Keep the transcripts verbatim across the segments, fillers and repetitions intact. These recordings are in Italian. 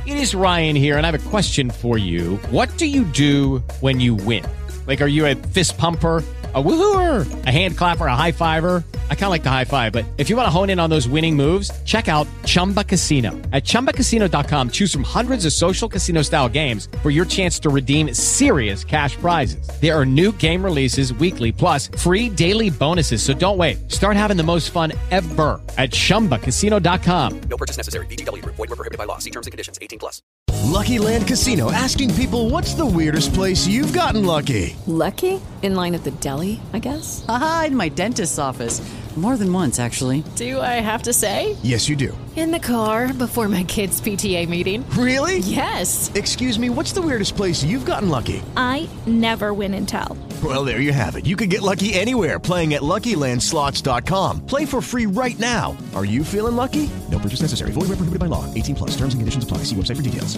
It is Ryan here, and I have a question for you. What do you do when you win? Like, are you a fist pumper, a woohooer, a hand clapper, a high fiver? I kind of like the high five, but if you want to hone in on those winning moves, check out Chumba Casino. At chumba casino dot com, choose from hundreds of social casino style games for your chance to redeem serious cash prizes. There are new game releases weekly, plus free daily bonuses. So don't wait. Start having the most fun ever at chumba casino dot com. No purchase necessary. V G W Group. Void where prohibited by law. See terms and conditions. eighteen plus. Lucky Land Casino, asking people, what's the weirdest place you've gotten lucky? Lucky? In line at the deli, I guess? Aha, in my dentist's office. More than once, actually. Do I have to say? Yes, you do. In the car before my kids' P T A meeting. Really? Yes. Excuse me, what's the weirdest place you've gotten lucky? I never win and tell. Well, there you have it. You can get lucky anywhere, playing at lucky land slots dot com. Play for free right now. Are you feeling lucky? No purchase necessary. Void where prohibited by law. eighteen plus. Terms and conditions apply. See website for details.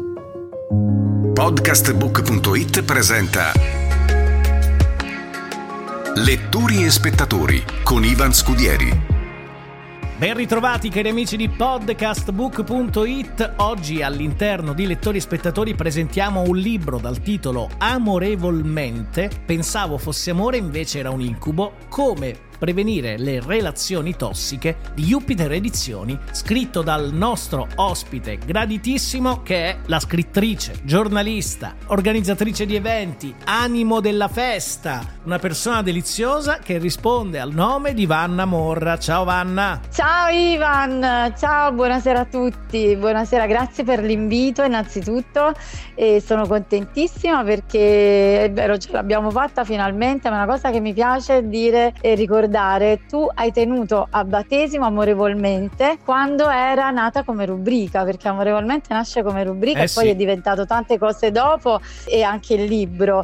Podcastbook punto it presenta Lettori e spettatori con Ivan Scudieri. Ben ritrovati cari amici di podcastbook punto it. Oggi all'interno di Lettori e Spettatori presentiamo un libro dal titolo Amorevolmente. Pensavo fosse amore, invece era un incubo. Come prevenire le relazioni tossiche di Jupiter Edizioni, scritto dal nostro ospite graditissimo che è la scrittrice, giornalista, organizzatrice di eventi, animo della festa, una persona deliziosa che risponde al nome di Vanna Morra. Ciao Vanna! Ciao Ivan, ciao, buonasera a tutti, buonasera, grazie per l'invito innanzitutto e sono contentissima perché è vero, ce l'abbiamo fatta finalmente, ma è una cosa che mi piace dire e ricordare. Tu hai tenuto a battesimo Amorevolmente quando era nata come rubrica, perché Amorevolmente nasce come rubrica eh e poi sì. È diventato tante cose dopo e anche il libro,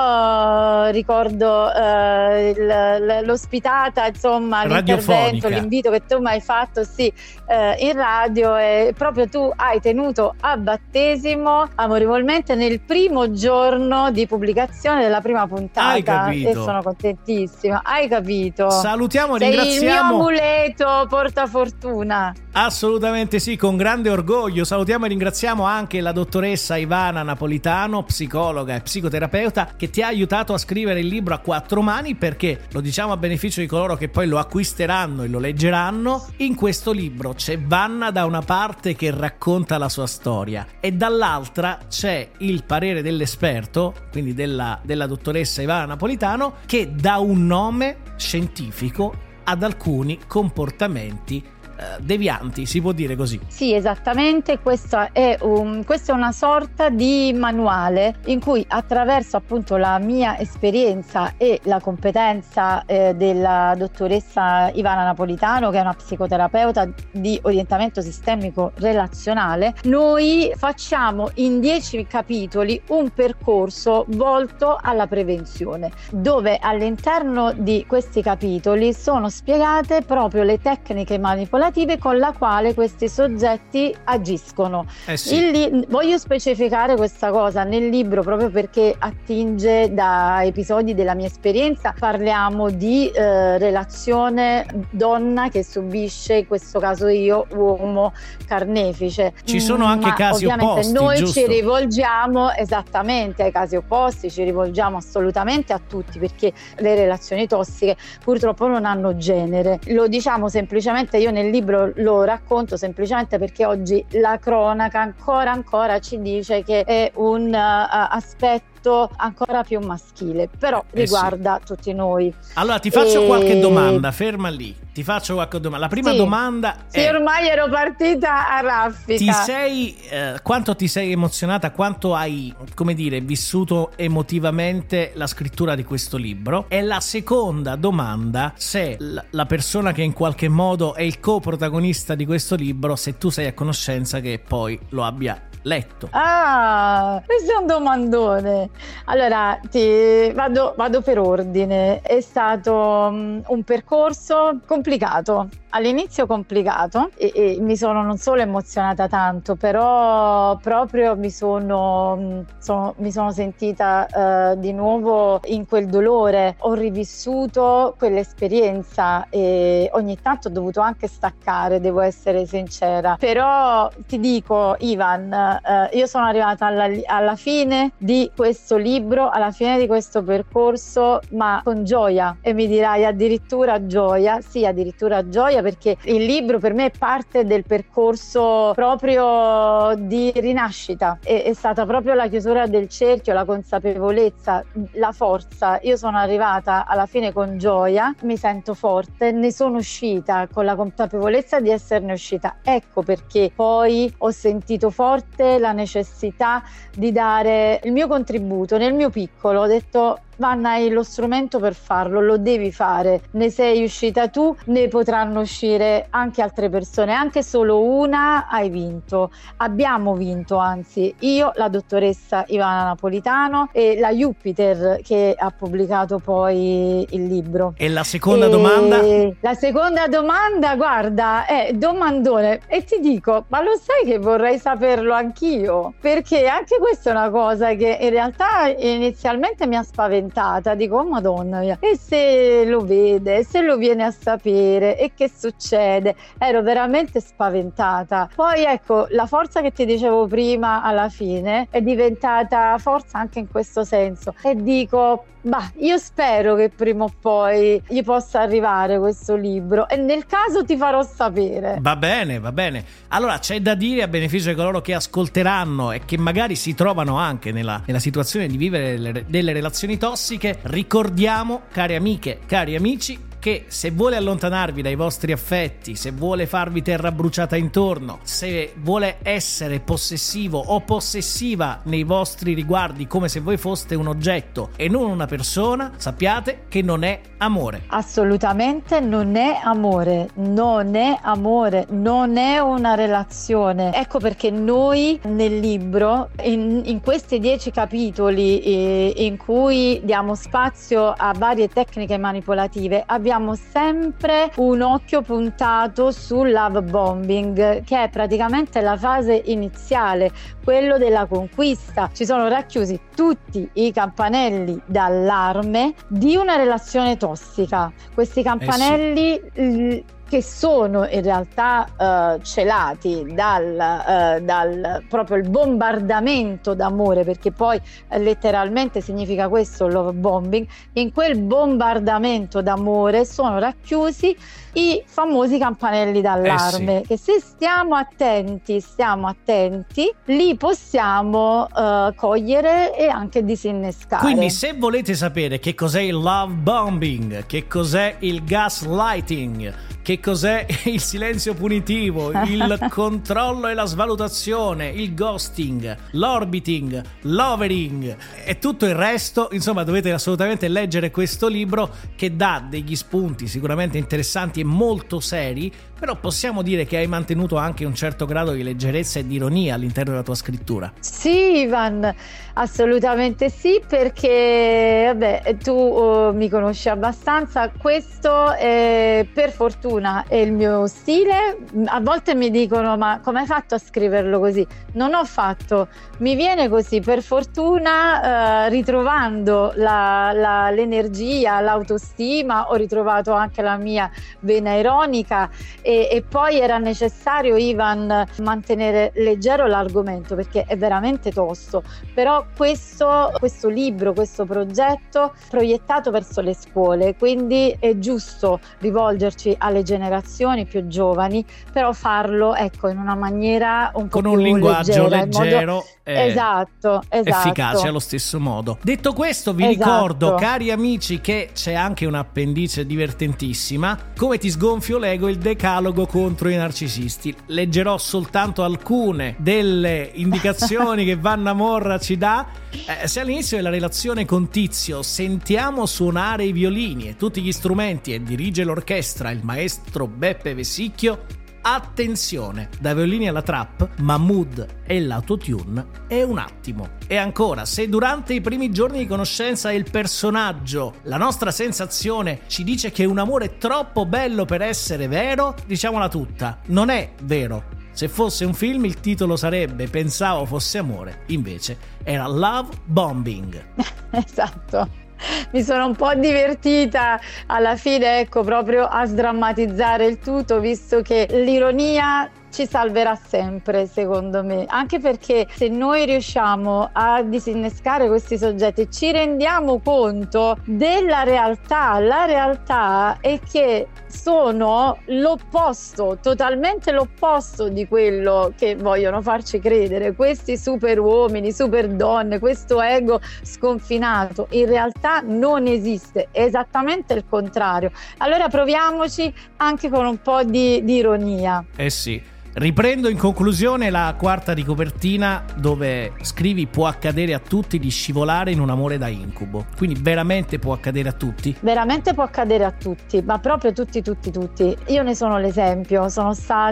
però ricordo eh, il, l'ospitata, insomma l'intervento, l'invito che tu mi hai fatto sì, eh, in radio, e proprio tu hai tenuto a battesimo Amorevolmente nel primo giorno di pubblicazione della prima puntata. Hai capito. E sono contentissima, hai capito. Salutiamo e Sei ringraziamo. il mio amuleto portafortuna. Assolutamente sì, con grande orgoglio. Salutiamo e ringraziamo anche la dottoressa Ivana Napolitano, psicologa e psicoterapeuta, che ti ha aiutato a scrivere il libro a quattro mani, perché lo diciamo a beneficio di coloro che poi lo acquisteranno e lo leggeranno. In questo libro c'è Vanna da una parte che racconta la sua storia e dall'altra c'è il parere dell'esperto, quindi della, della dottoressa Ivana Napolitano, che dà un nome scientifico ad alcuni comportamenti devianti, si può dire così? Sì, esattamente, questa è, un, questa è una sorta di manuale in cui, attraverso appunto la mia esperienza e la competenza eh, della dottoressa Ivana Napolitano, che è una psicoterapeuta di orientamento sistemico relazionale, noi facciamo in dieci capitoli un percorso volto alla prevenzione, dove all'interno di questi capitoli sono spiegate proprio le tecniche manipolative con la quale questi soggetti agiscono. Eh sì. Il li- voglio specificare questa cosa nel libro proprio perché attinge da episodi della mia esperienza. Parliamo di eh, relazione donna che subisce, in questo caso io, uomo carnefice. Ci sono anche Ma casi ovviamente opposti, noi giusto? ci rivolgiamo esattamente ai casi opposti, ci rivolgiamo assolutamente a tutti, perché le relazioni tossiche purtroppo non hanno genere. Lo diciamo semplicemente, io nel libro lo racconto semplicemente perché oggi la cronaca ancora ancora ci dice che è un uh, aspetto ancora più maschile, però eh riguarda sì. tutti noi. Allora ti faccio e... qualche domanda, ferma lì. Ti faccio qualche domanda. La prima sì. domanda sì, è: ormai ero partita a raffica. Ti sei eh, quanto ti sei emozionata, quanto hai, come dire, vissuto emotivamente la scrittura di questo libro? E la seconda domanda, se l- la persona che in qualche modo è il coprotagonista di questo libro, se tu sei a conoscenza che poi lo abbia letto? Ah, questo è un domandone. Allora, ti vado, vado per ordine. È stato um, un percorso complicato. All'inizio complicato e, e mi sono non solo emozionata tanto, però proprio mi sono, sono, mi sono sentita uh, di nuovo in quel dolore. Ho rivissuto quell'esperienza e ogni tanto ho dovuto anche staccare, devo essere sincera. Però ti dico, Ivan, uh, io sono arrivata alla, alla fine di questo libro, alla fine di questo percorso, ma con gioia. E mi dirai addirittura gioia, sì, addirittura gioia, perché il libro per me è parte del percorso proprio di rinascita, è, è stata proprio la chiusura del cerchio, la consapevolezza, la forza. Io sono arrivata alla fine con gioia, mi sento forte, ne sono uscita con la consapevolezza di esserne uscita. Ecco perché poi ho sentito forte la necessità di dare il mio contributo nel mio piccolo. Ho detto: Vanna, hai lo strumento per farlo, lo devi fare, ne sei uscita tu, ne potranno uscire anche altre persone, anche solo una hai vinto, abbiamo vinto, anzi io, la dottoressa Ivana Napolitano e la Jupiter che ha pubblicato poi il libro. E la seconda e domanda? La seconda domanda, guarda, è domandone, e ti dico, ma lo sai che vorrei saperlo anch'io, perché anche questa è una cosa che in realtà inizialmente mi ha spaventato. Dico, oh madonna mia, e se lo vede, se lo viene a sapere, e che succede? Ero veramente spaventata. Poi ecco, la forza che ti dicevo prima alla fine è diventata forza anche in questo senso, e dico, bah, io spero che prima o poi gli possa arrivare questo libro, e nel caso ti farò sapere. Va bene, va bene. Allora c'è da dire, a beneficio di coloro che ascolteranno e che magari si trovano anche nella, nella situazione di vivere delle, delle relazioni tossiche, ricordiamo, cari amiche, cari amici, che se vuole allontanarvi dai vostri affetti, se vuole farvi terra bruciata intorno, se vuole essere possessivo o possessiva nei vostri riguardi come se voi foste un oggetto e non una persona, sappiate che non è amore. Assolutamente non è amore, non è amore, non è una relazione. Ecco perché noi nel libro, in, in questi dieci capitoli eh, in cui diamo spazio a varie tecniche manipolative, abbiamo abbiamo sempre un occhio puntato sul love bombing, che è praticamente la fase iniziale, quello della conquista. Ci sono racchiusi tutti i campanelli d'allarme di una relazione tossica. Questi campanelli eh sì. che sono in realtà uh, celati dal, uh, dal proprio il bombardamento d'amore, perché poi uh, letteralmente significa questo, love bombing. In quel bombardamento d'amore sono racchiusi i famosi campanelli d'allarme, eh sì. che se stiamo attenti, stiamo attenti, li possiamo uh, cogliere e anche disinnescare. Quindi se volete sapere che cos'è il love bombing, che cos'è il gaslighting, che cos'è il silenzio punitivo, il controllo e la svalutazione, il ghosting, l'orbiting, l'overing e tutto il resto, insomma dovete assolutamente leggere questo libro, che dà degli spunti sicuramente interessanti e molto seri, però possiamo dire che hai mantenuto anche un certo grado di leggerezza e di ironia all'interno della tua scrittura. Sì, Ivan, assolutamente sì, perché vabbè, tu uh, mi conosci abbastanza. Questo è, per fortuna, è il mio stile. A volte mi dicono: ma come hai fatto a scriverlo così? Non ho fatto, mi viene così, per fortuna, uh, ritrovando la, la, l'energia, l'autostima, ho ritrovato anche la mia vena ironica. E, e poi era necessario, Ivan, mantenere leggero l'argomento, perché è veramente tosto. Però questo, questo libro, questo progetto proiettato verso le scuole, quindi è giusto rivolgerci alle generazioni più giovani, però farlo, ecco, in una maniera un po' con più un linguaggio leggera, leggero modo... e esatto, esatto. efficace allo stesso modo. Detto questo, vi esatto. ricordo, cari amici, che c'è anche un appendice divertentissima: Come ti sgonfio l'ego, il decalogo contro i narcisisti. Leggerò soltanto alcune delle indicazioni che Vanna Morra ci dà. Eh, se all'inizio della relazione con Tizio sentiamo suonare i violini e tutti gli strumenti e dirige l'orchestra il maestro Beppe Vessicchio, attenzione, dai violini alla trap, Mahmood e l'autotune è un attimo. E ancora, se durante i primi giorni di conoscenza del personaggio la nostra sensazione ci dice che un amore è troppo bello per essere vero, diciamola tutta, non è vero. Se fosse un film il titolo sarebbe Pensavo fosse amore, invece era Love Bombing. Esatto. Mi sono un po' divertita alla fine, ecco, proprio a sdrammatizzare il tutto, visto che l'ironia ci salverà sempre, secondo me, anche perché se noi riusciamo a disinnescare questi soggetti ci rendiamo conto della realtà. La realtà è che sono l'opposto, totalmente l'opposto di quello che vogliono farci credere questi super uomini, super donne, questo ego sconfinato in realtà non esiste, è esattamente il contrario. Allora proviamoci anche con un po' di, di ironia. Eh sì. Riprendo in conclusione la quarta di copertina dove scrivi può accadere a tutti di scivolare in un amore da incubo, quindi veramente può accadere a tutti? Veramente può accadere a tutti, ma proprio tutti tutti tutti. Io ne sono l'esempio, sono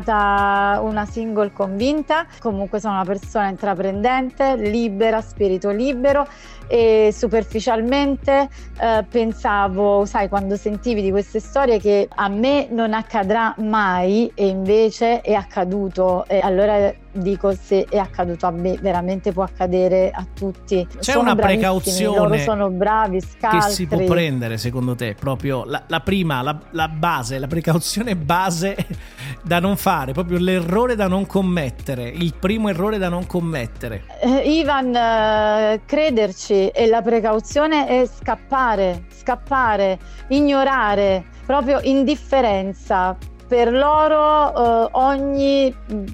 stata una single convinta, comunque sono una persona intraprendente, libera, spirito libero, e superficialmente eh, pensavo, sai, quando sentivi di queste storie che a me non accadrà mai e invece è accaduto, e allora dico, se è accaduto a me veramente può accadere a tutti. C'è sono una precauzione loro sono bravi, scaltri, che si può prendere secondo te? Proprio la, la prima, la, la base, la precauzione base da non fare, proprio l'errore da non commettere, il primo errore da non commettere. eh, Ivan, eh, crederci, e la precauzione è scappare, scappare, ignorare, proprio indifferenza. Per loro eh, ogni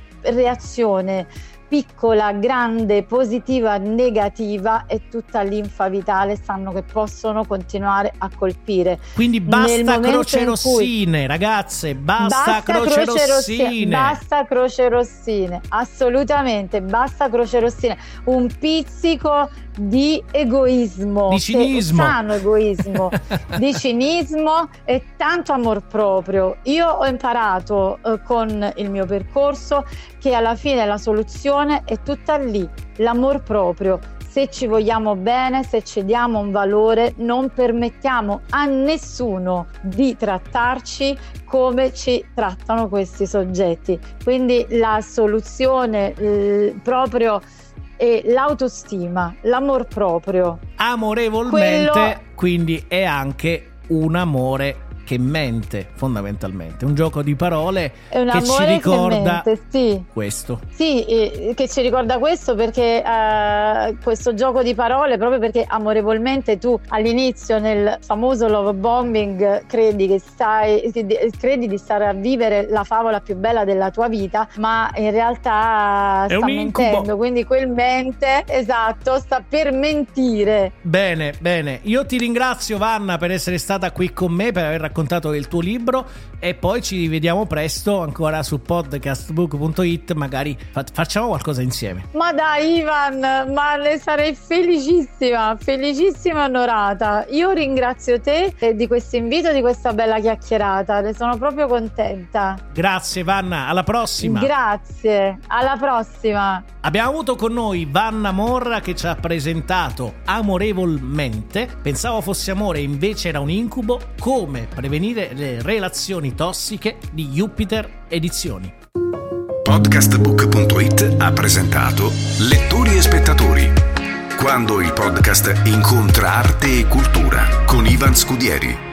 reazione piccola, grande, positiva, negativa è tutta linfa vitale, sanno che possono continuare a colpire. Quindi basta croce rossine, cui... ragazze, basta, basta croce, croce rossine. rossine. Basta croce rossine, assolutamente, basta croce rossine. Un pizzico di egoismo, di cinismo, sano egoismo, di cinismo e tanto amor proprio. Io ho imparato eh, con il mio percorso che alla fine la soluzione è tutta lì, l'amor proprio. Se ci vogliamo bene, se ci diamo un valore, non permettiamo a nessuno di trattarci come ci trattano questi soggetti. Quindi la soluzione eh, proprio e l'autostima, l'amor proprio. Amorevolmente, quello... quindi è anche un amore che mente, fondamentalmente. Un gioco di parole è un che ci ricorda che mente, sì. questo. Sì, eh, che ci ricorda questo perché eh, questo gioco di parole, proprio perché amorevolmente tu all'inizio nel famoso love bombing credi che stai credi di stare a vivere la favola più bella della tua vita, ma in realtà è sta un incubo. mentendo, quindi quel mente, esatto, sta per mentire. Bene, bene. Io ti ringrazio, Vanna, per essere stata qui con me, per aver raccontato del tuo libro, e poi ci rivediamo presto ancora su podcastbook punto it, magari fa- facciamo qualcosa insieme. Ma dai Ivan, ma ne sarei felicissima, felicissima e onorata. Io ringrazio te di questo invito, di questa bella chiacchierata, ne sono proprio contenta. Grazie Vanna, alla prossima. Grazie, alla prossima. Abbiamo avuto con noi Vanna Morra che ci ha presentato Amorevolmente, pensavo fosse amore invece era un incubo, come prevenire le relazioni tossiche di Jupiter Edizioni. podcastbook punto it ha presentato Lettori e spettatori, quando il podcast incontra arte e cultura con Ivan Scudieri.